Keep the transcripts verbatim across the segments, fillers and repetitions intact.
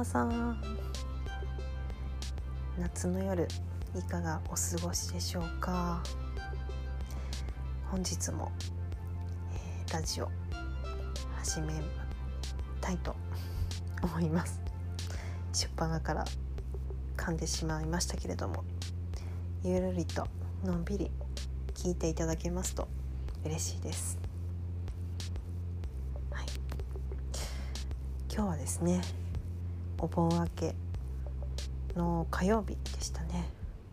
皆さん、夏の夜いかがお過ごしでしょうか。本日も、えー、ラジオ始めたいと思います。出版側から噛んでしまいましたけれども、ゆるりとのんびり聞いていただけますと嬉しいです。はい、今日はですね、お盆明けの火曜日でしたね。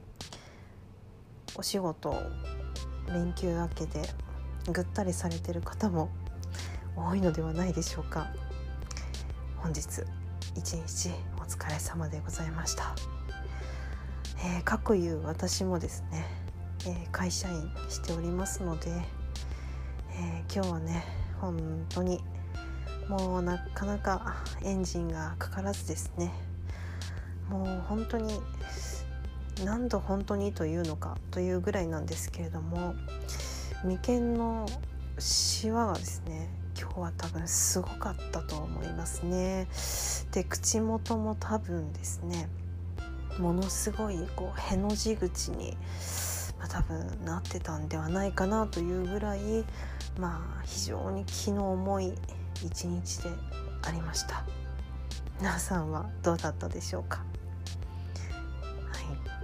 お仕事連休明けでぐったりされている方も多いのではないでしょうか。本日一日お疲れ様でございました。えー、かくいう私もですね、えー、会社員しておりますので、えー、今日はね本当にもうなかなかエンジンがかからずですね、もう本当に何度本当にというのかというぐらいなんですけれども、眉間のシワがですね今日は多分すごかったと思いますね。で、口元も多分ですねものすごいこうへの字口に、まあ、多分なってたんではないかなというぐらい、まあ非常に気の重い一日でありました。皆さんはどうだったでしょうか。はい、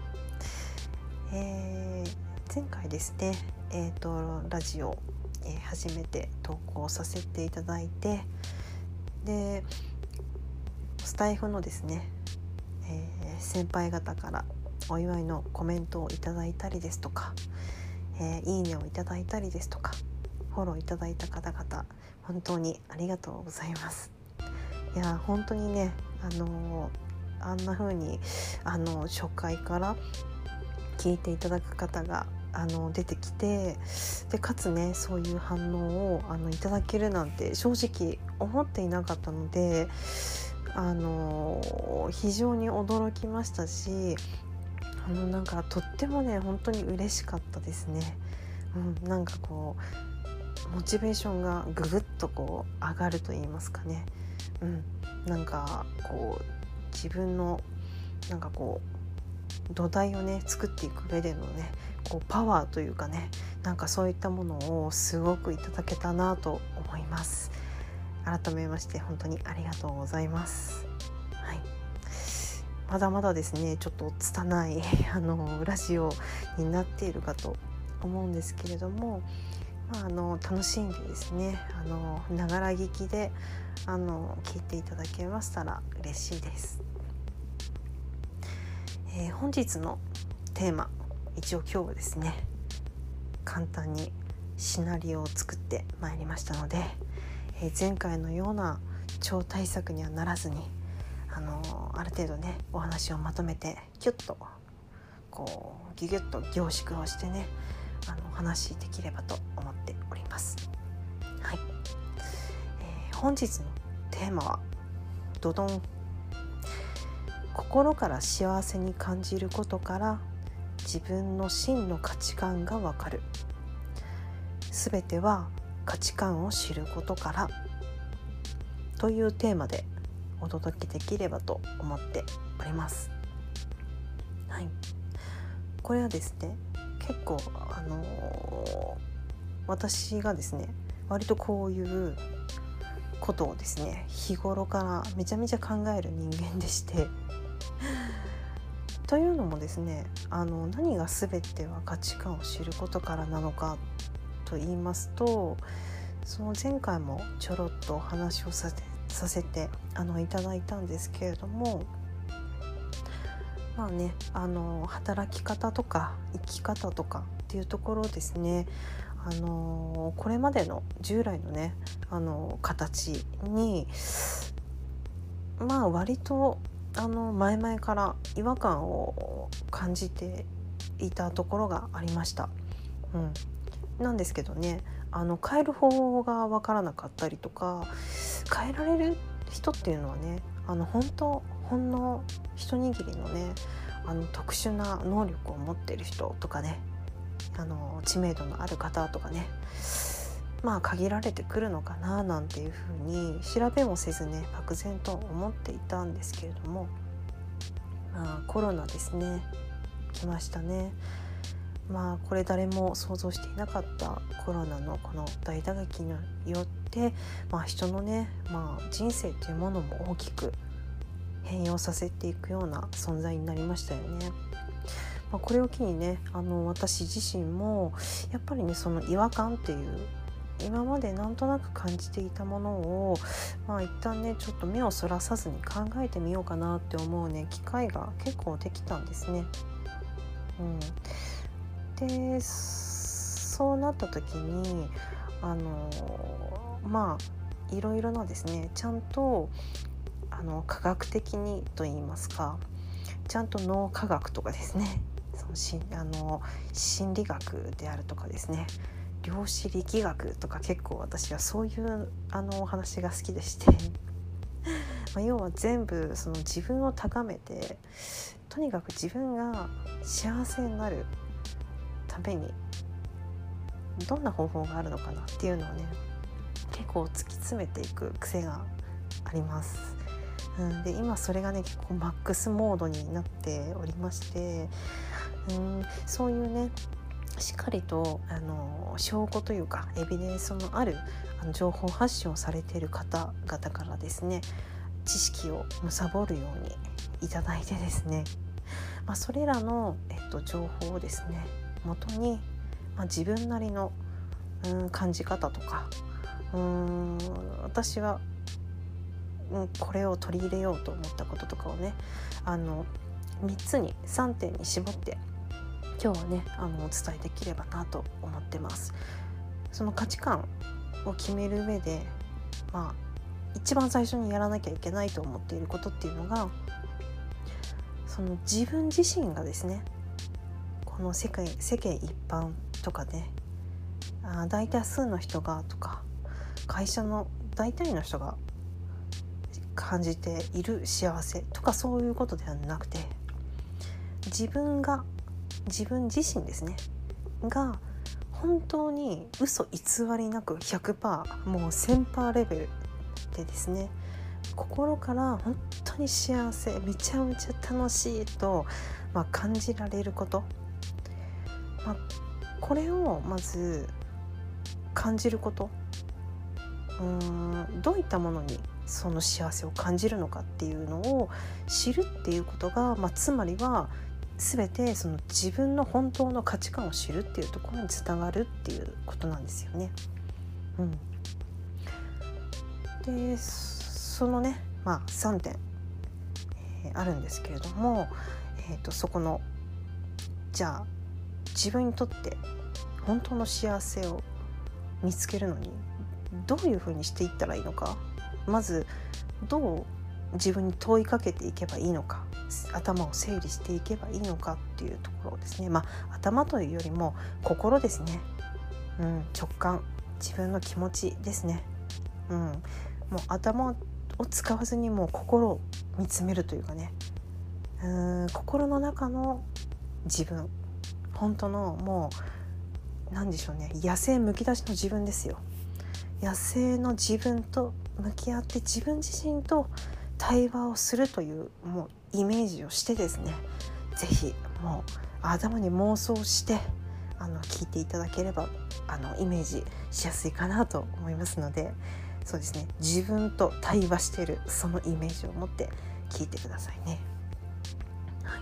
えー、前回ですね、えーと、ラジオ、えー、初めて投稿させていただいて、でスタイフのですね、えー、先輩方からお祝いのコメントをいただいたりですとか、えー、いいねをいただいたりですとか、フォローいただいた方々本当にありがとうございます。いや本当にね、あのー、あんな風にあの初回から聞いていただく方があの出てきて、でかつねそういう反応をあのいただけるなんて正直思っていなかったので、あの非常に驚きましたし、あのなんかとってもね本当に嬉しかったですね。うん、なんかこうモチベーションがぐぐっとこう上がると言いますかね。うん、なんかこう自分のなんかこう土台をね作っていく上でのねこうパワーというかね、なんかそういったものをすごくいただけたなと思います。改めまして本当にありがとうございます。はい、まだまだですねちょっと拙いあのラジオになっているかと思うんですけれども、まあ、あの楽しんでですねあのながら聞きであの聞いていただけましたら嬉しいです。えー、本日のテーマ、一応今日はですね簡単にシナリオを作ってまいりましたので、えー、前回のような超大作にはならずに、あのー、ある程度ねお話をまとめてキュッとこうギュギュッと凝縮をしてねあのお話しできればと思っております。はい、えー、本日のテーマはドドン、心から幸せに感じることから自分の真の価値観がわかる。すべては価値観を知ることからというテーマでお届けできればと思っております。はい、これはですね結構あのー、私がですね割とこういうことをですね日頃からめちゃめちゃ考える人間でしてというのもですね、あの何が全ては価値観を知ることからなのかと言いますと、その前回もちょろっとお話をさせて、させてあのいただいたんですけれども、まあねあの働き方とか生き方とかっていうところですね、あのこれまでの従来のねあの形にまあ割とあの前々から違和感を感じていたところがありました。うん、なんですけどね、あの変える方法が分からなかったりとか、変えられる人っていうのはねあの本当ほんの一握りのねあの特殊な能力を持っている人とかね、あの知名度のある方とかね、 まあ限られてくるのかななんていうふうに調べもせずね漠然と思っていたんですけれども、まあ、コロナですね、来ましたね。まあこれ誰も想像していなかったコロナのこの大打撃によって、まあ、人のね、まあ、人生というものも大きく変容させていくような存在になりましたよね。まあ、これを機にね、あの私自身もやっぱりねその違和感っていう今までなんとなく感じていたものを、まあ、一旦ねちょっと目をそらさずに考えてみようかなって思うね機会が結構できたんですね。うん、でそうなった時にあのまあいろいろなですねちゃんとあの科学的にと言いますかちゃんと脳科学とかですねそのしあの心理学であるとかですね量子力学とか結構私はそういうあのお話が好きでしてまあ要は全部その自分を高めてとにかく自分が幸せになるためにどんな方法があるのかなっていうのをね結構突き詰めていく癖があります。うん、で今それがね結構マックスモードになっておりまして、うん、そういうねしっかりとあの証拠というかエビデンスのあるあの情報発信をされている方々からですね知識を貪るようにいただいてですね、まあ、それらの、えっと、情報をですね元に、まあ、自分なりの、うん、感じ方とかうーん私はこれを取り入れようと思ったこととかをねあのみっつにさんてんに絞って今日はねあのお伝えできればなと思ってます。その価値観を決める上で、まあ、一番最初にやらなきゃいけないと思っていることっていうのがその自分自身がですねこの世界世間一般とかねあ大多数の人がとか会社の大体の人が感じている幸せとかそういうことではなくて自分が自分自身ですねが本当に嘘偽りなく ひゃくパーセント もう せんパーセント レベルでですね心から本当に幸せめちゃめちゃ楽しいと、まあ、感じられること、まあ、これをまず感じることうーんどういったものにその幸せを感じるのかっていうのを知るっていうことが、まあ、つまりは全てその自分の本当の価値観を知るっていうところにつながるっていうことなんですよね。うん、でそのね、まあ、さんてん、えー、あるんですけれども、えーと、そこのじゃあ自分にとって本当の幸せを見つけるのにどういうふうにしていったらいいのかまずどう自分に問いかけていけばいいのか頭を整理していけばいいのかっていうところですね。まあ頭というよりも心ですね、うん、直感自分の気持ちですね、うん、もう頭を使わずにもう心を見つめるというかねうーん心の中の自分本当のもう何でしょうね野生むき出しの自分ですよ。野生の自分と向き合って自分自身と対話をするというもうイメージをしてですねぜひもう頭に妄想してあの聞いていただければあのイメージしやすいかなと思いますのでそうですね自分と対話しているそのイメージを持って聞いてくださいね。はい、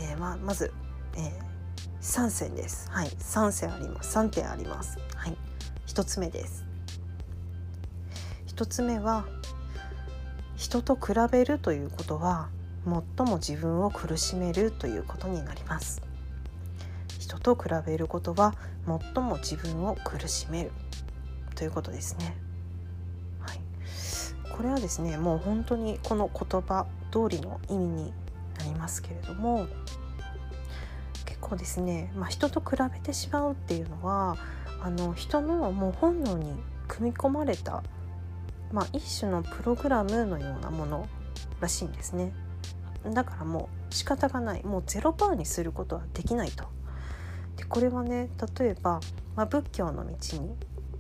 で、まあ、まず、えー、さん選です。はい、さん選あります。さんてんあります。はい、ひとつめです。ひとつめは人と比べるということは最も自分を苦しめるということになります。人と比べることは最も自分を苦しめるということですね。はい、これはですねもう本当にこの言葉通りの意味になりますけれども結構ですね、まあ、人と比べてしまうっていうのはあの人のもう本能に組み込まれたまあ、一種のプログラムのようなものらしいんですね。だからもう仕方がないもう ゼロパーセント にすることはできないと。でこれはね例えば、まあ、仏教の道に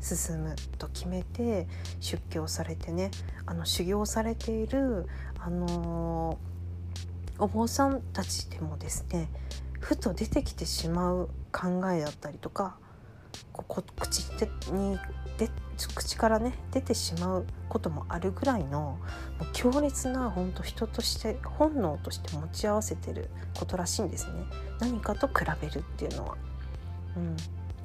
進むと決めて出家をされてね、あの修行されている、あのー、お坊さんたちでもですね、ふと出てきてしまう考えだったりとか、ここ口にで口からね出てしまうこともあるぐらいの、もう強烈な本当人として本能として持ち合わせてることらしいんですね。何かと比べるっていうのは。うん、うん、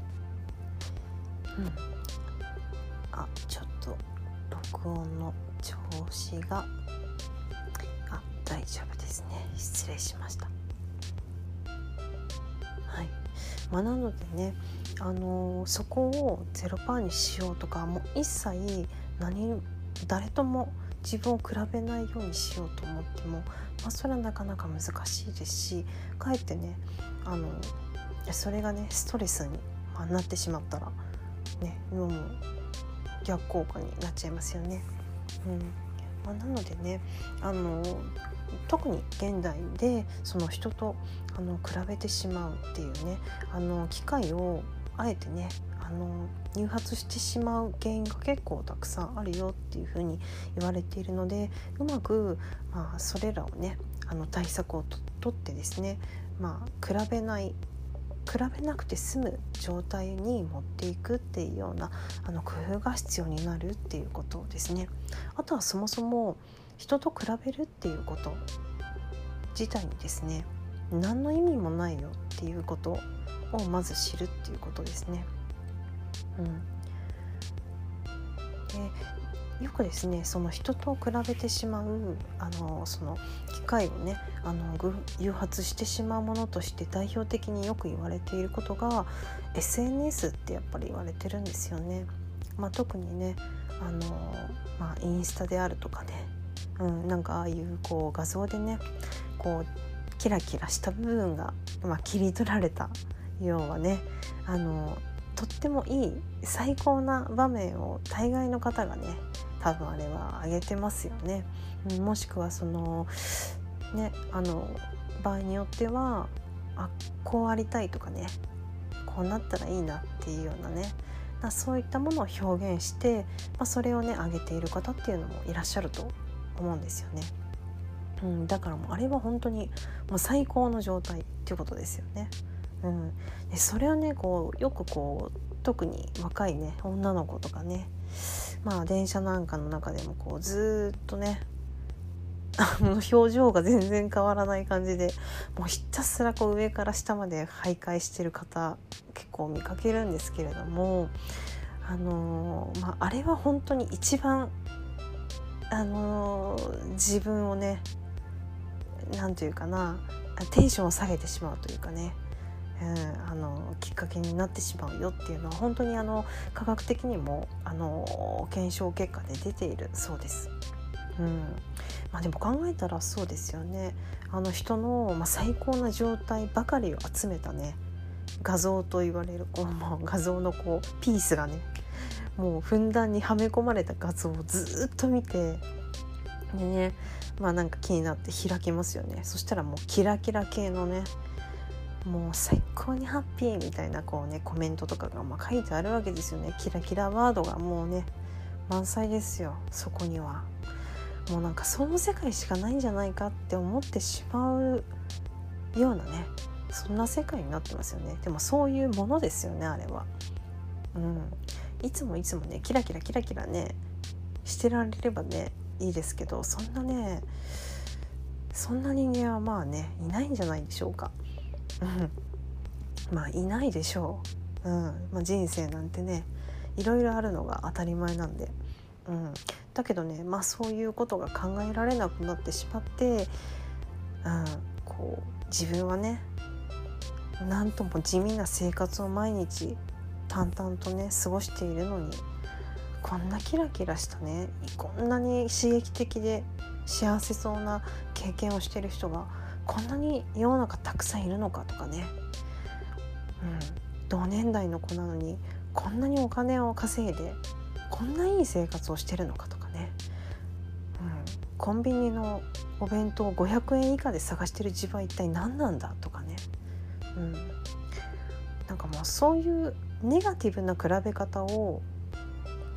あ、ちょっと録音の調子があ大丈夫ですね。失礼しました。はい。まあ、なのでね、あのー、そこを ゼロパーセント にしようとか、もう一切何誰とも自分を比べないようにしようと思っても、まあ、それはなかなか難しいですし、かえってね、あのそれがねストレスになってしまったらね、もう逆効果になっちゃいますよね。うんまあ、なのでね、あの特に現代でその人とあの比べてしまうっていうね、あの機会をあえてね、あの誘発してしまう原因が結構たくさんあるよっていうふうに言われているので、うまく、まあ、それらをね、あの対策をととってですね、まあ、比べない比べなくて済む状態に持っていくっていうようなあの工夫が必要になるっていうことですね。あとはそもそも人と比べるっていうこと自体にですね、何の意味もないよっていうことをまず知るっていうことですね。うん、でよくですね、その人と比べてしまうあのその機会をね、あの誘発してしまうものとして代表的によく言われていることが エスエヌエス ってやっぱり言われてるんですよね。まあ、特にね、あの、まあ、インスタであるとかね、うん、なんかああいうこう画像でね、こうキラキラした部分が、まあ、切り取られた要はね、あのとってもいい最高な場面を大概の方がね、多分あれは上げてますよね。うん、もしくはそのね、あの場合によっては、あ、こうありたいとかね、こうなったらいいなっていうようなね、そういったものを表現して、まあ、それをね上げている方っていうのもいらっしゃると思うんですよね。うん、だからもうあれは本当にもう最高の状態っていうことですよね。うん、でそれをねこうよくこう特に若いね女の子とかね、まあ電車なんかの中でもこうずっとね表情が全然変わらない感じで、もうひたすらこう上から下まで徘徊してる方結構見かけるんですけれども、あのーまあ、あれは本当に一番、あのー、自分をね、なんていうかな、テンションを下げてしまうというかね、うん、あのきっかけになってしまうよっていうのは本当にあの科学的にもあの検証結果で出ているそうです。うんまあ、でも考えたらそうですよね。あの人の、まあ、最高な状態ばかりを集めたね画像と言われるこう、もう画像のこうピースがね、もうふんだんにはめ込まれた画像をずっと見てでね、まあなんか気になって開きますよね。そしたらもうキラキラ系のね、もう最高にハッピーみたいなこうねコメントとかがまあ書いてあるわけですよね。キラキラワードがもうね満載ですよ。そこにはもうなんかその世界しかないんじゃないかって思ってしまうようなね、そんな世界になってますよね。でもそういうものですよね、あれは。うん、いつもいつもねキラキラキラキラねしてられればねいいですけど、そんなねそんな人間はまあねいないんじゃないでしょうか。うん、まあいないでしょう。うんまあ、人生なんてねいろいろあるのが当たり前なんで、うん、だけどね、まあそういうことが考えられなくなってしまって、うん、こう自分はねなんとも地味な生活を毎日淡々とね過ごしているのに、こんなキラキラしたね、こんなに刺激的で幸せそうな経験をしている人がこんなに世の中たくさんいるのかとかね、うん、同年代の子なのにこんなにお金を稼いでこんないい生活をしてるのかとかね、うん、コンビニのお弁当ごひゃくえん以下で探してる自分は一体何なんだとかね、うん、なんかもうそういうネガティブな比べ方を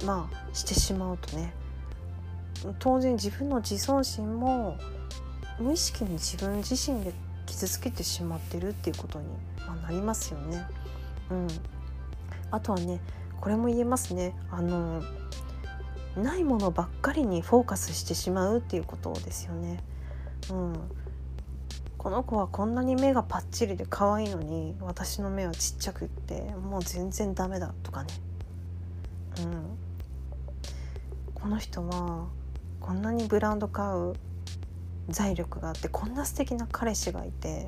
まあしてしまうとね、当然自分の自尊心も無意識に自分自身で傷つけてしまってるっていうことに、まあ、なりますよね。うん、あとはねこれも言えますね。あのないものばっかりにフォーカスしてしまうっていうことですよね。うん、この子はこんなに目がパッチリで可愛いのに私の目はちっちゃくってもう全然ダメだとかね、うん、この人はこんなにブランド買う財力があってこんな素敵な彼氏がいて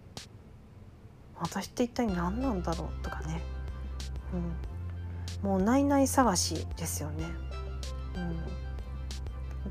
私って一体何なんだろうとかね、うん、もうないない探しですよね、うん、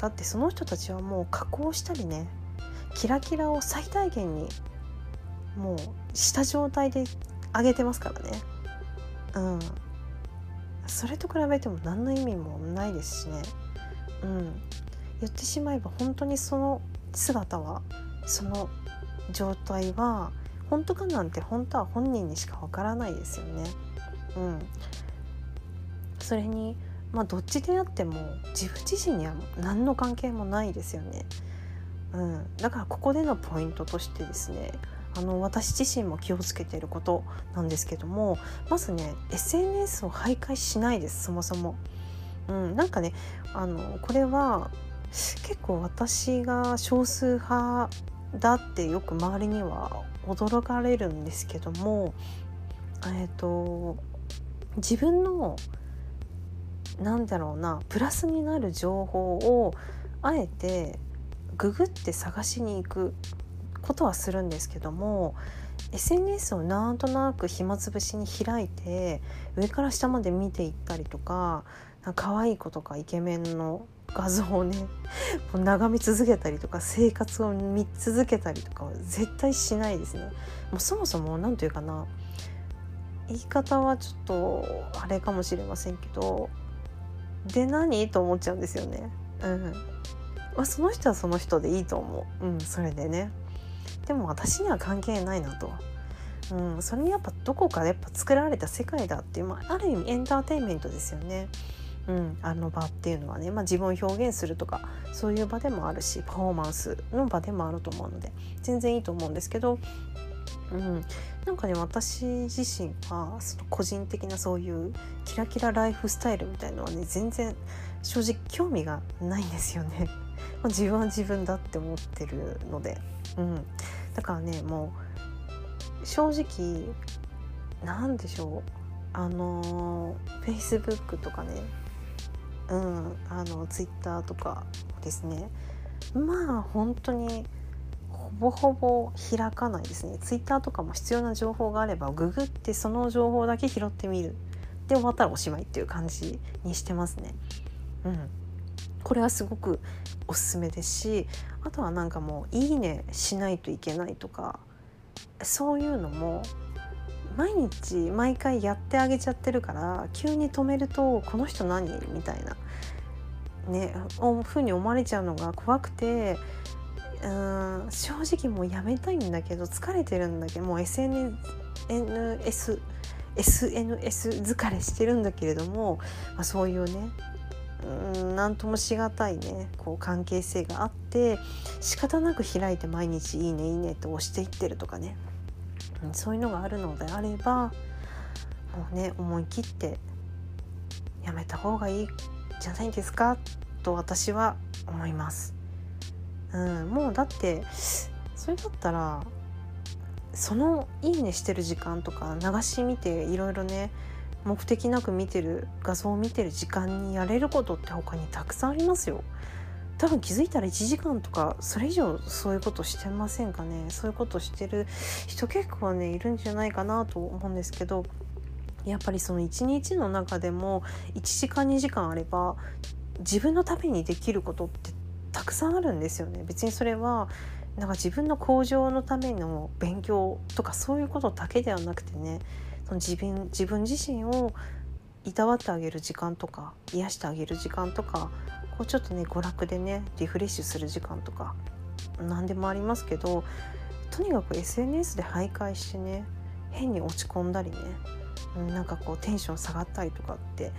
だってその人たちはもう加工したりねキラキラを最大限にもうした状態で上げてますからね、うん、それと比べても何の意味もないですしね、うん、言ってしまえば本当にその姿はその状態は本当かなんて本当は本人にしかわからないですよね、うん、それにまあどっちであっても自分自身には何の関係もないですよね、うん、だからここでのポイントとしてですね、あの私自身も気をつけていることなんですけども、まずね エスエヌエス を徘徊しないです。そもそも、うん、なんかねあのこれは結構私が少数派だってよく周りには驚かれるんですけども、えっと自分のなんだろうなプラスになる情報をあえてググって探しに行くことはするんですけども、 エスエヌエス をなんとなく暇つぶしに開いて上から下まで見ていったりとか、可愛い子とかイケメンの画像をねもう眺め続けたりとか生活を見続けたりとかは絶対しないですね。もうそもそもなんというかな、言い方はちょっとあれかもしれませんけど、で何と思っちゃうんですよね。うんまあ、その人はその人でいいと思う、うん、それでね。でも私には関係ないなと、うん、それにやっぱどこかでやっぱ作られた世界だっていう、まあ、ある意味エンターテインメントですよね。うん、あの場っていうのはね、まあ、自分を表現するとかそういう場でもあるしパフォーマンスの場でもあると思うので全然いいと思うんですけど、うん、なんかね私自身はその個人的なそういうキラキラライフスタイルみたいのはね全然正直興味がないんですよねまあ自分は自分だって思ってるので、うん、だからねもう正直なんでしょう、あの Facebook とかね、うん、あの Twitter とかですね、まあ本当にほぼほぼ開かないですね。 Twitter とかも必要な情報があればググってその情報だけ拾ってみるで終わったらおしまいっていう感じにしてますね。うん、これはすごくおすすめですし、あとはなんかもういいねしないといけないとかそういうのも毎日毎回やってあげちゃってるから急に止めるとこの人何みたいなねふうに思われちゃうのが怖くて、うーん正直もうやめたいんだけど疲れてるんだけどもう エスエヌエス エスエヌエス 疲れしてるんだけれども、まあ、そういうねうんなんともしがたいねこう関係性があって仕方なく開いて毎日いいねいいねって押していってるとかね、うん、そういうのがあるのであればもうね思い切ってやめた方がいいんじゃないですかと私は思います、うん、もうだってそれだったらそのいいねしてる時間とか流し見ていろいろね目的なく見てる画像を見てる時間にやれることって他にたくさんありますよ。多分気づいたらいちじかんとかそれ以上そういうことしてませんかね。そういうことしてる人結構ねいるんじゃないかなと思うんですけど、やっぱりそのいちにちの中でもいちじかんにじかんあれば自分のためにできることってたくさんあるんですよね。別にそれはなんか自分の向上のための勉強とかそういうことだけではなくてね、その自分、自分自身をいたわってあげる時間とか癒してあげる時間とかこうちょっとね娯楽でねリフレッシュする時間とか何でもありますけど、とにかく エスエヌエス で徘徊してね変に落ち込んだりね、なんかこうテンション下がったりとかって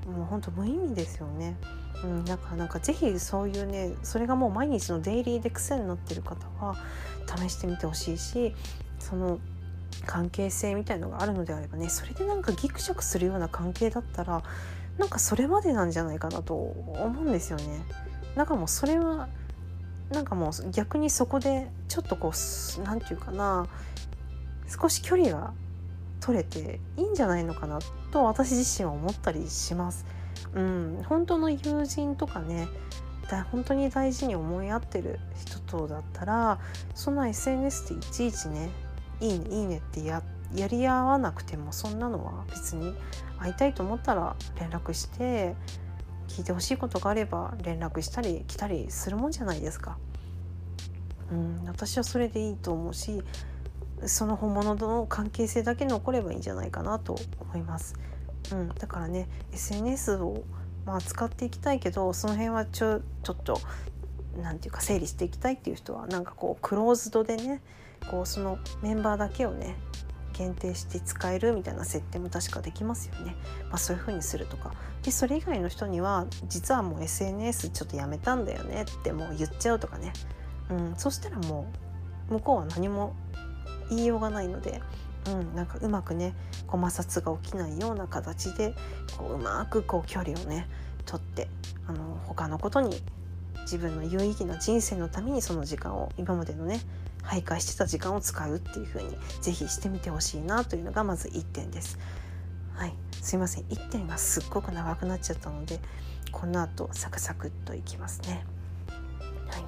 もう本当無意味ですよね。うん、だからなんかぜひそういうね、それがもう毎日のデイリーで癖になってる方は試してみてほしいし、その関係性みたいのがあるのであればね、それでなんかギクシャクするような関係だったらなんかそれまでなんじゃないかなと思うんですよね。なんかもうそれはなんかもう逆にそこでちょっとこうなんていうかな、少し距離が取れていいんじゃないのかなと私自身は思ったりします。うん、本当の友人とかね、だ本当に大事に思い合ってる人とだったら、そんな エスエヌエス でいちいちねいいねいいねってややり合わなくても、そんなのは別に会いたいと思ったら連絡して、聞いてほしいことがあれば連絡したり来たりするもんじゃないですか。うん、私はそれでいいと思うし、その本物の関係性だけ残ればいいんじゃないかなと思います。うん、だからね エスエヌエス をまあ使っていきたいけど、その辺はちょちょっとなんていうか整理していきたいっていう人は、なんかこうクローズドでね、こうそのメンバーだけをね限定して使えるみたいな設定も確かできますよね。まあ、そういう風にするとかで、それ以外の人には実はもう エスエヌエス ちょっとやめたんだよねってもう言っちゃうとかね、うん、そしたらもう向こうは何も言いようがないので、うん、なんかうまくねこう摩擦が起きないような形でこううまくこう距離をね取って、あの他のことに自分の有意義な人生のためにその時間を、今までのね徘徊してた時間を使うっていう風にぜひしてみてほしいなというのがまずいってんです。はい、すいません、いってんがすっごく長くなっちゃったので、この後サクサクっといきますね。はい、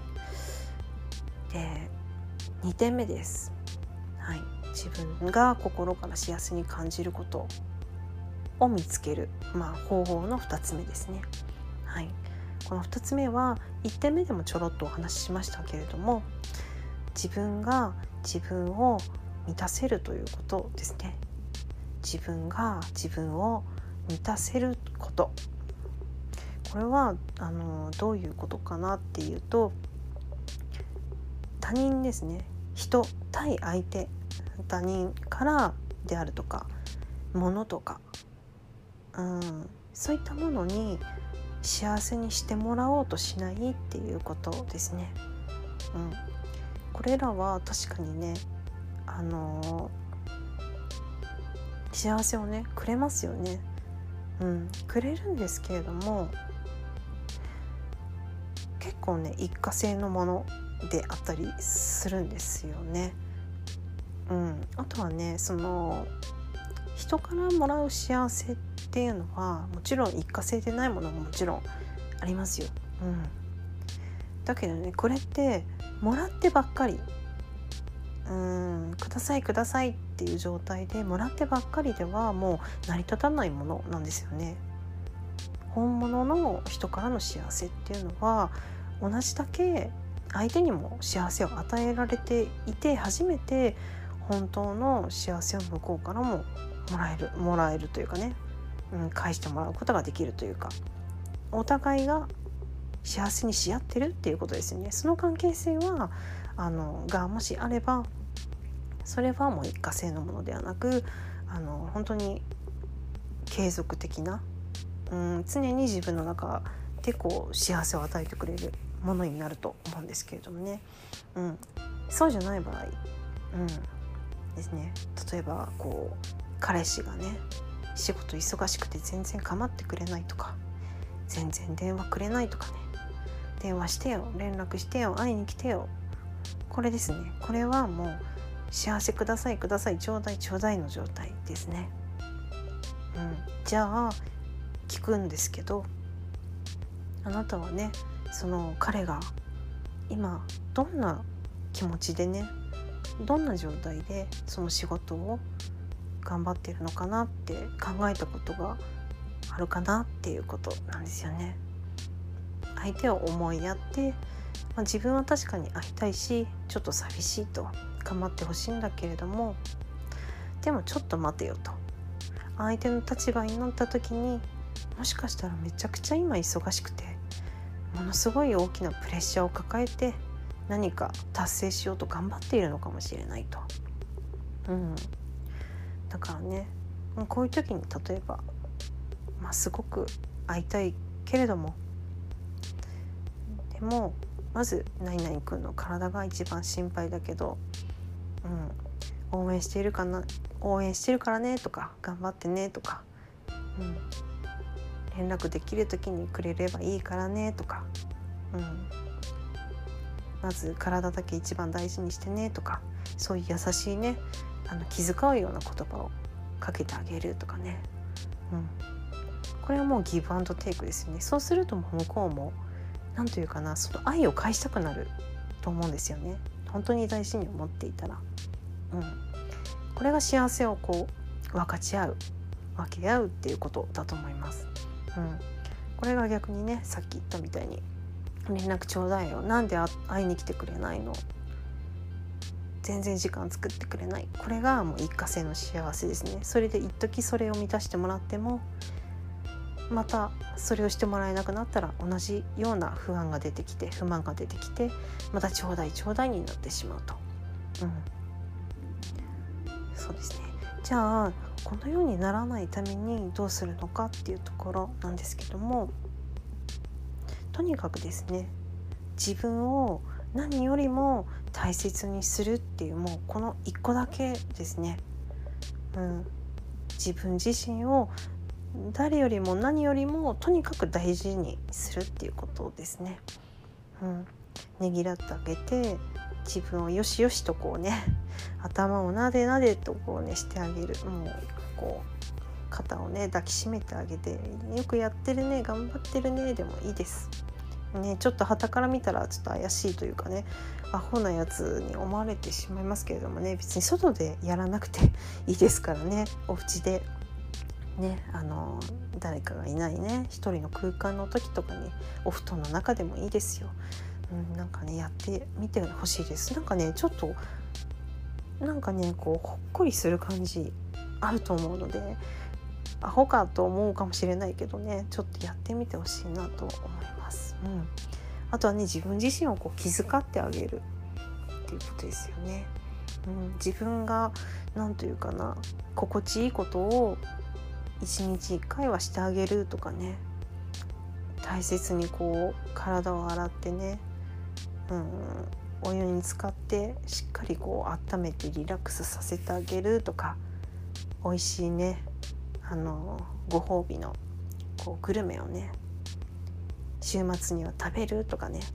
でにてんめです。はい、自分が心から幸せに感じることを見つける、まあ、方法のふたつめですね。はい、このふたつめはいってんめでもちょろっとお話ししましたけれども、自分が自分を満たせるということですね。自分が自分を満たせること、これはあのどういうことかなっていうと、他人ですね、人対相手、他人からであるとか物とか、うん、そういったものに幸せにしてもらおうとしないっていうことですね。うん、これらは確かにね、あのー、幸せをねくれますよね。うん、くれるんですけれども、結構ね一過性のものであったりするんですよね。うん、あとはね、その人からもらう幸せっていうのはもちろん一過性でないものももちろんありますよ。うん、だけどね、これってもらってばっかり、うーんくださいくださいっていう状態でもらってばっかりではもう成り立たないものなんですよね。本物の人からの幸せっていうのは同じだけ相手にも幸せを与えられていて初めて本当の幸せを向こうからももらえるもらえるというかね、うん、返してもらうことができるというか、お互いが幸せにし合ってるっていうことですよね。その関係性はあのがもしあれば、それはもう一過性のものではなく、あの本当に継続的な、うん、常に自分の中でこう幸せを与えてくれるものになると思うんですけれどもね、うん、そうじゃない場合、うんですね、例えばこう彼氏がね仕事忙しくて全然構ってくれないとか、全然電話くれないとかね、電話してよ、連絡してよ、会いに来てよ、これですね、これはもう幸せくださいくださいちょうだいちょうだいの状態ですね。うん、じゃあ聞くんですけど、あなたはねその彼が今どんな気持ちでね、どんな状態でその仕事を頑張ってるのかなって考えたことがあるかなっていうことなんですよね。相手を思いやって、まあ、自分は確かに会いたいしちょっと寂しいと頑張ってほしいんだけれども、でもちょっと待てよと、相手の立場になった時にもしかしたらめちゃくちゃ今忙しくてものすごい大きなプレッシャーを抱えて何か達成しようと頑張っているのかもしれないと、うん、だからねこういう時に例えばまあ、すごく会いたいけれども、でもまず何々くんの体が一番心配だけど、うん、応援しているかな応援してるからねとか、頑張ってねとか、うん、連絡できる時にくれればいいからねとか、うん、まず体だけ一番大事にしてねとか、そういう優しいね、あの気遣うような言葉をかけてあげるとかね、うん、これはもうギブアンドテイクですよね。そうすると向こうもなんというかな、その愛を返したくなると思うんですよね。本当に大事に思っていたら、うん、これが幸せをこう分かち合う、分け合うっていうことだと思います。うん、これが逆にね、さっき言ったみたいに連絡ちょうだいよ、なんで会いに来てくれないの、全然時間作ってくれない、これがもう一過性の幸せですね。それで一時それを満たしてもらっても、またそれをしてもらえなくなったら同じような不安が出てきて、不満が出てきて、またちょうだいちょうだいになってしまうと、うん、そうですね。じゃあこのようにならないためにどうするのかっていうところなんですけども、とにかくですね、自分を何よりも大切にするっていう、もうこの一個だけですね、うん、自分自身を誰よりも何よりもとにかく大事にするっていうことですね。うん、ねぎらってあげて、自分をよしよしとこうね、頭をなでなでとこうねしてあげる。もうこう肩をね抱きしめてあげて、よくやってるね、頑張ってるねでもいいですね。ちょっと傍から見たらちょっと怪しいというかね、アホなやつに思われてしまいますけれどもね、別に外でやらなくていいですからね。お家でね、あの誰かがいないね一人の空間の時とかにお布団の中でもいいですよ、うん、なんかねやってみてほしいです。なんかねちょっとなんかねこうほっこりする感じあると思うので、アホかと思うかもしれないけどね、ちょっとやってみてほしいなと思います、うん、あとはね自分自身をこう気遣ってあげるっていうことですよね、うん、自分がなんというかな、心地いいことを一日一回はしてあげるとかね、大切にこう体を洗ってね、うん、お湯に浸かってしっかりこう温めてリラックスさせてあげるとか、美味しいねあのご褒美のこうグルメをね週末には食べるとかね、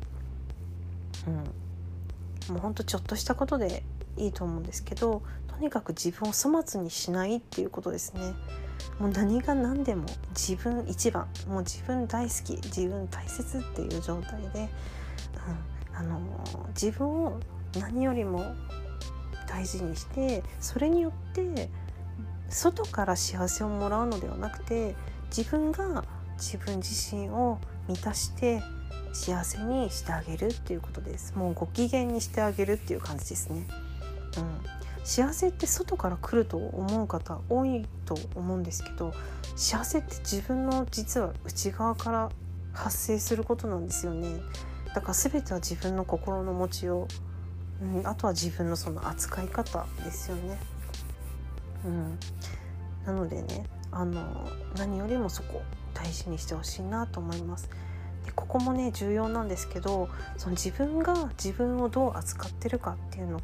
うん、もうほんとちょっとしたことでいいと思うんですけど、とにかく自分を粗末にしないっていうことですね。もう何が何でも自分一番、もう自分大好き、自分大切っていう状態で、うん、あの自分を何よりも大事にして、それによって外から幸せをもらうのではなくて、自分が自分自身を満たして幸せにしてあげるっていうことです。もうご機嫌にしてあげるっていう感じですね、うん、幸せって外から来ると思う方多いと思うんですけど、幸せって自分の実は内側から発生することなんですよね。だから全ては自分の心の持ちよう、うん、あとは自分のその扱い方ですよね、うん、なのでね、あの何よりもそこ大事にしてほしいなと思います。でここもね重要なんですけど、その自分が自分をどう扱ってるかっていうのって、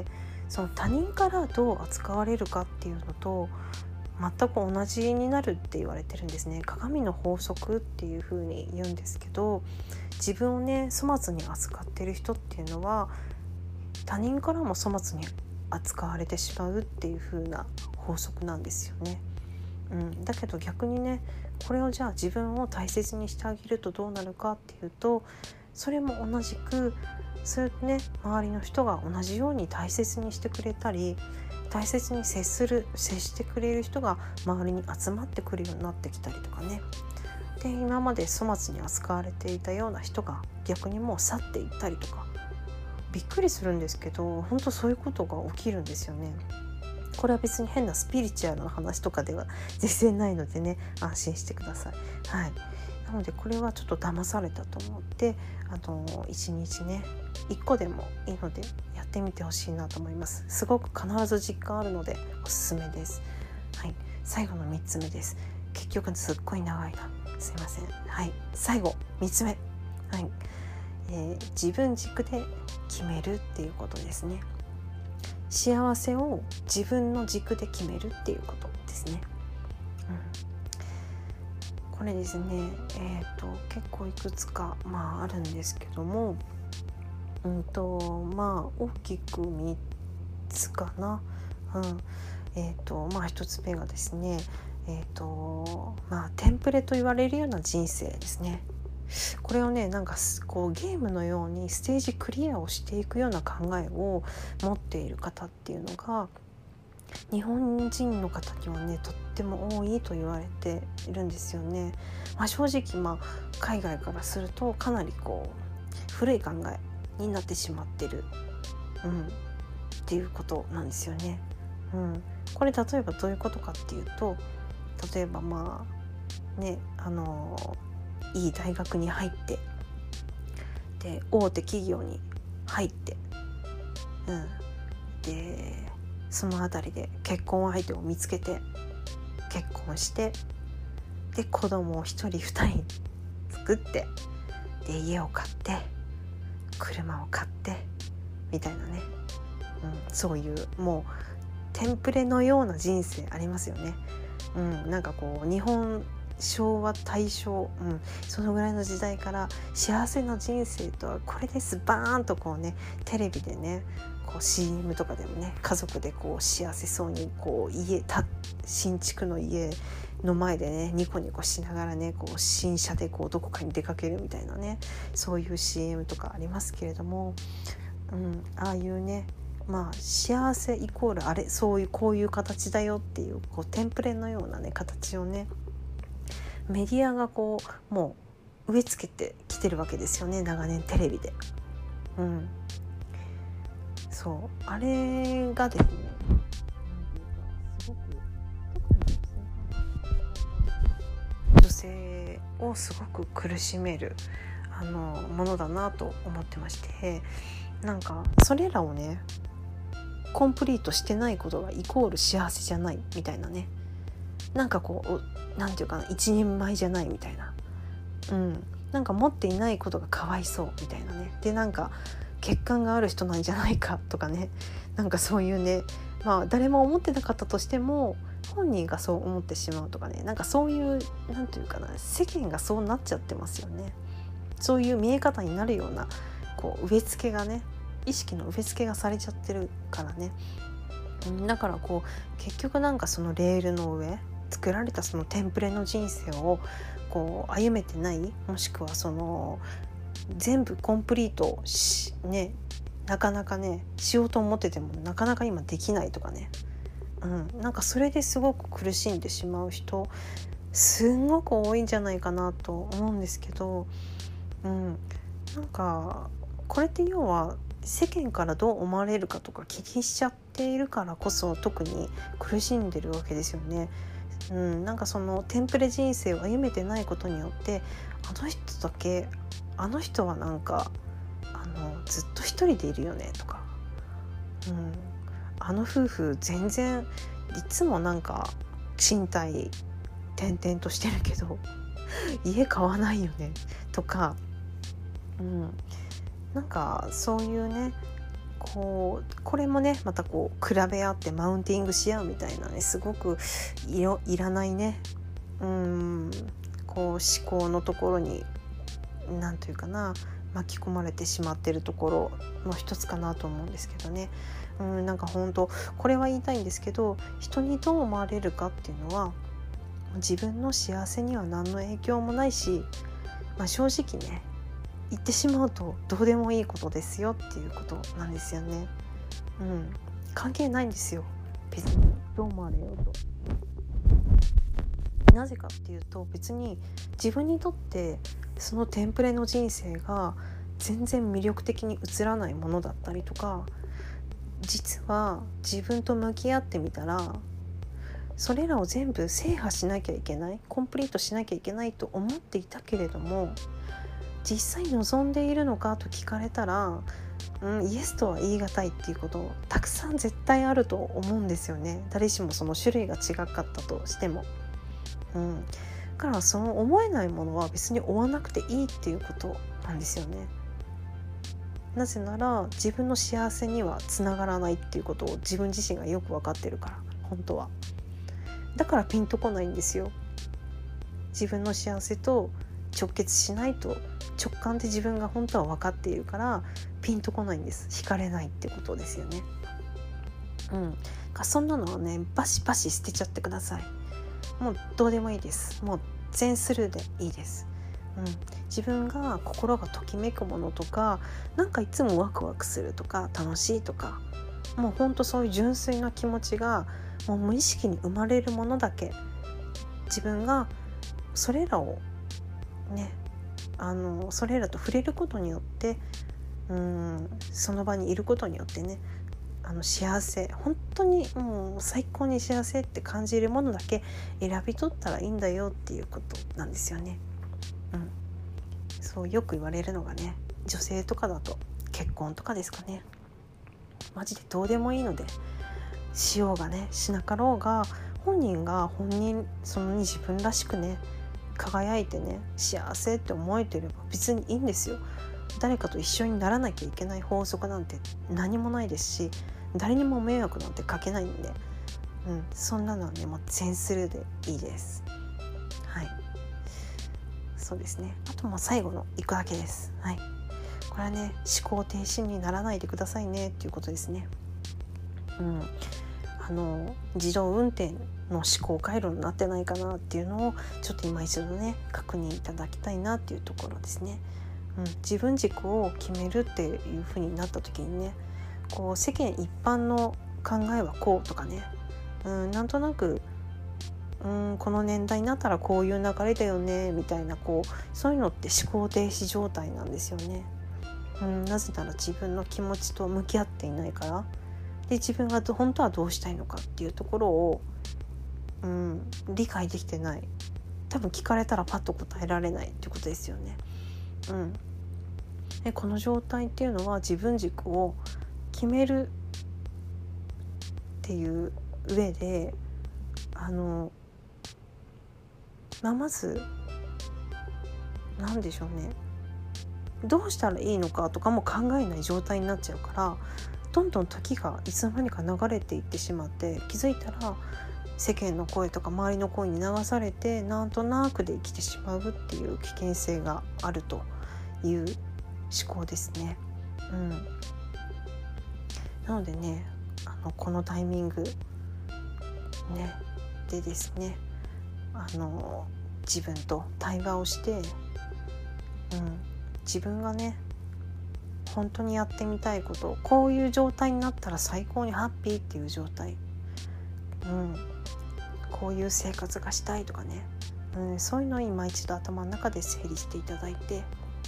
その他人からどう扱われるかっていうのと全く同じになるって言われてるんですね。鏡の法則っていう風に言うんですけど、自分をね粗末に扱ってる人っていうのは他人からも粗末に扱われてしまうっていう風な法則なんですよね、うん、だけど逆にね、これをじゃあ自分を大切にしてあげるとどうなるかっていうと、それも同じくそういうね周りの人が同じように大切にしてくれたり、大切に接する接してくれる人が周りに集まってくるようになってきたりとかね、で今まで粗末に扱われていたような人が逆にもう去っていったりとか、びっくりするんですけど本当そういうことが起きるんですよね。これは別に変なスピリチュアルな話とかでは全然ないのでね、安心してください。はい、なのでこれはちょっと騙されたと思って、あの一日ねいっこでもいいのでやってみてほしいなと思います。すごく必ず実感あるのでおすすめです。はい、最後のみっつめです。 結局すっごい長いな、すいません。はい、最後みっつめ、はい、えー、自分軸で決めるっていうことですね。幸せを自分の軸で決めるっていうことですね。うん、これですね、えーと、結構いくつか、まあ、あるんですけども、うんとまあ、大きくみっつかな。うんえーとまあ、ひとつめがですね、えーとまあ、テンプレと言われるような人生ですね。これをね、なんかこうゲームのようにステージクリアをしていくような考えを持っている方っていうのが日本人の方にはね、とっても多いと言われているんですよね。まあ、正直、まあ、海外からするとかなりこう古い考えになってしまってる、うん、っていうことなんですよね。うん、これ例えばどういうことかっていうと、例えばまあね、あのいい大学に入ってで大手企業に入って、うん、でそのあたりで結婚相手を見つけて結婚して、で子供を一人二人作って、で家を買って車を買ってみたいなね、うん、そういうもうテンプレのような人生ありますよね。うん、なんかこう日本昭和大正、うん、そのぐらいの時代から幸せな人生とはこれですバーンとこうね、テレビでねこう シーエム とかでもね、家族でこう幸せそうにこう家た新築の家の前でねニコニコしながらね、こう新車でこうどこかに出かけるみたいなね、そういう シーエム とかありますけれども、うん、ああいうね、まあ幸せイコールあれ、そういうこういう形だよっていう、こうテンプレのようなね形をね、メディアがこうもう植え付けてきてるわけですよね、長年テレビで。うん、そうあれがですね、すごく女性をすごく苦しめるあのものだなと思ってまして、なんかそれらをねコンプリートしてないことがイコール幸せじゃないみたいなね、なんかこうなんていうかな、一人前じゃないみたいな、うん、なんか持っていないことがかわいそうみたいなね、でなんか欠陥がある人なんじゃないかとかね、なんかそういうね、まあ誰も思ってなかったとしても本人がそう思ってしまうとかね、なんかそういうなんていうかな、世間がそうなっちゃってますよね。そういう見え方になるようなこう植え付けがね、意識の植え付けがされちゃってるからね、だからこう結局なんかそのレールの上作られたそのテンプレの人生をこう歩めてない、もしくはその全部コンプリートし、ね、なかなかねしようと思っててもなかなか今できないとかね、うん、なんかそれですごく苦しんでしまう人すんごく多いんじゃないかなと思うんですけど、うん、なんかこれって要は世間からどう思われるかとか気にしちゃっているからこそ特に苦しんでるわけですよね。うん、なんかそのテンプレ人生を歩めてないことによって、あの人だけあの人はなんかあのずっと一人でいるよねとか、うん、あの夫婦全然いつもなんか賃貸転々としてるけど家買わないよねとか、うん、なんかそういうね、こうこれもねまたこう比べ合ってマウンティングし合うみたいなね、すごく い, ろいらないね、うんこう思考のところになんというかな、巻き込まれてしまっているところの一つかなと思うんですけどね、うん、なんか本当これは言いたいんですけど、人にどう思われるかっていうのは自分の幸せには何の影響もないし、まあ、正直ね言ってしまうとどうでもいいことですよっていうことなんですよね。うん、関係ないんですよ別にどう思われようと。なぜかっていうと、別に自分にとってそのテンプレの人生が全然魅力的に映らないものだったりとか、実は自分と向き合ってみたらそれらを全部制覇しなきゃいけない、コンプリートしなきゃいけないと思っていたけれども、実際望んでいるのかと聞かれたら、うん、イエスとは言い難いっていうことたくさん絶対あると思うんですよね。誰しもその種類が違かったとしても、 うん、だからその思えないものは別に追わなくていいっていうことなんですよね。なぜなら自分の幸せにはつながらないっていうことを自分自身がよく分かってるから、本当は。だからピンとこないんですよ。自分の幸せと直結しないと直感で自分が本当は分かっているからピンとこないんです。惹かれないってことですよね。うん、そんなのはねバシバシ捨てちゃってください。もうどうでもいいです。もう全スルーでいいです。うん、自分が心がときめくものとか、なんかいつもワクワクするとか楽しいとか、もうほんとそういう純粋な気持ちがもう無意識に生まれるものだけ、自分がそれらをねあのそれらと触れることによって、うん、その場にいることによってね、あの幸せ、本当にもう最高に幸せって感じるものだけ選び取ったらいいんだよっていうことなんですよね。うん、そうよく言われるのがね、女性とかだと結婚とかですかね。マジでどうでもいいので、しようがねしなかろうが、本人が本人その自分らしくね輝いてね幸せって思えてれば別にいいんですよ。誰かと一緒にならなきゃいけない法則なんて何もないですし、誰にも迷惑なんてかけないんで、うん、そんなのはねもう全スルーでいいです。はい、そうですね。あともう最後のいっこだけです。はい、これはね思考停止にならないでくださいねっていうことですね。うん、あの自動運転の思考回路になってないかなっていうのをちょっと今一度ね確認いただきたいなっていうところですね。うん、自分軸を決めるっていう風になった時にね、こう世間一般の考えはこうとかね、うん、なんとなく、うん、この年代になったらこういう流れだよねみたいな、こうそういうのって思考停止状態なんですよね。うん、なぜなら自分の気持ちと向き合っていないから。で自分が本当はどうしたいのかっていうところを、うん、理解できてない。多分聞かれたらパッと答えられないっていうことですよね。うん、でこの状態っていうのは自分軸を決めるっていう上で、あの、まあ、まず何でしょうね、どうしたらいいのかとかも考えない状態になっちゃうから、どんどん時がいつの間にか流れていってしまって、気づいたら世間の声とか周りの声に流されてなんとなくで生きてしまうっていう危険性があるという思考ですね。うん、なのでね、あのこのタイミングねでですね、あの自分と対話をして、うん、自分がね本当にやってみたいこと、こういう状態になったら最高にハッピーっていう状態、うん、こういう生活がしたいとかね、うん、そういうのを今一度頭の中で整理していただいて、うん、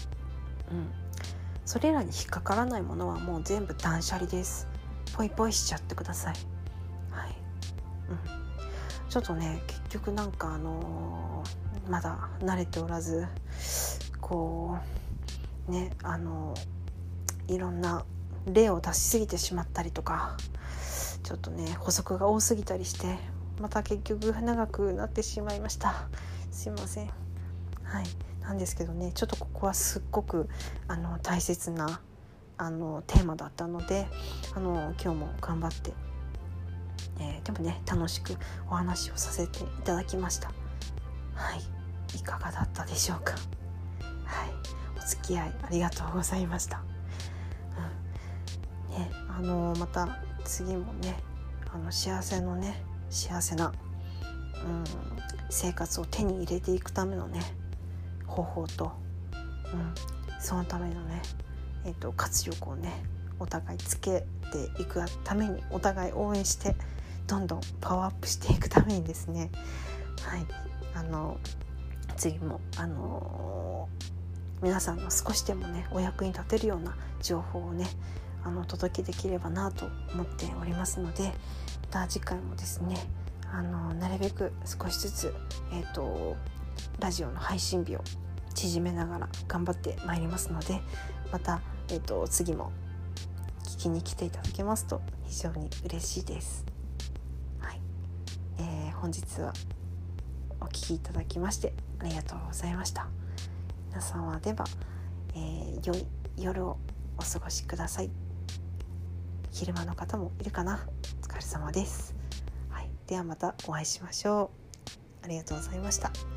それらに引っかからないものはもう全部断捨離です。ポイポイしちゃってください。はい、うん、ちょっとね結局なんかあのー、まだ慣れておらず、こうねあのーいろんな例を出しすぎてしまったりとか、ちょっとね補足が多すぎたりしてまた結局長くなってしまいました。すいません。はい、なんですけどね、ちょっとここはすっごくあの大切なあのテーマだったので、あの今日も頑張って、えー、でもね楽しくお話をさせていただきました。はい、いかがだったでしょうか。はい、お付き合いありがとうございました。ね、あのまた次もねあの幸せのね幸せな、うん、生活を手に入れていくためのね方法と、うん、そのためのね、えーと、活力をねお互いつけていくためにお互い応援してどんどんパワーアップしていくためにですね、はい、あの次もあのー、皆さんの少しでもねお役に立てるような情報をねあのお届けできればなと思っておりますので、また次回もですねあのなるべく少しずつ、えーと、ラジオの配信日を縮めながら頑張ってまいりますので、また、えーと、次も聞きに来ていただけますと非常に嬉しいです。はい、えー、本日はおお聞きいただきましてありがとうございました。皆様では、えー、良い夜をお過ごしください。昼間の方もいるかな。お疲れ様です。はい、ではまたお会いしましょう。ありがとうございました。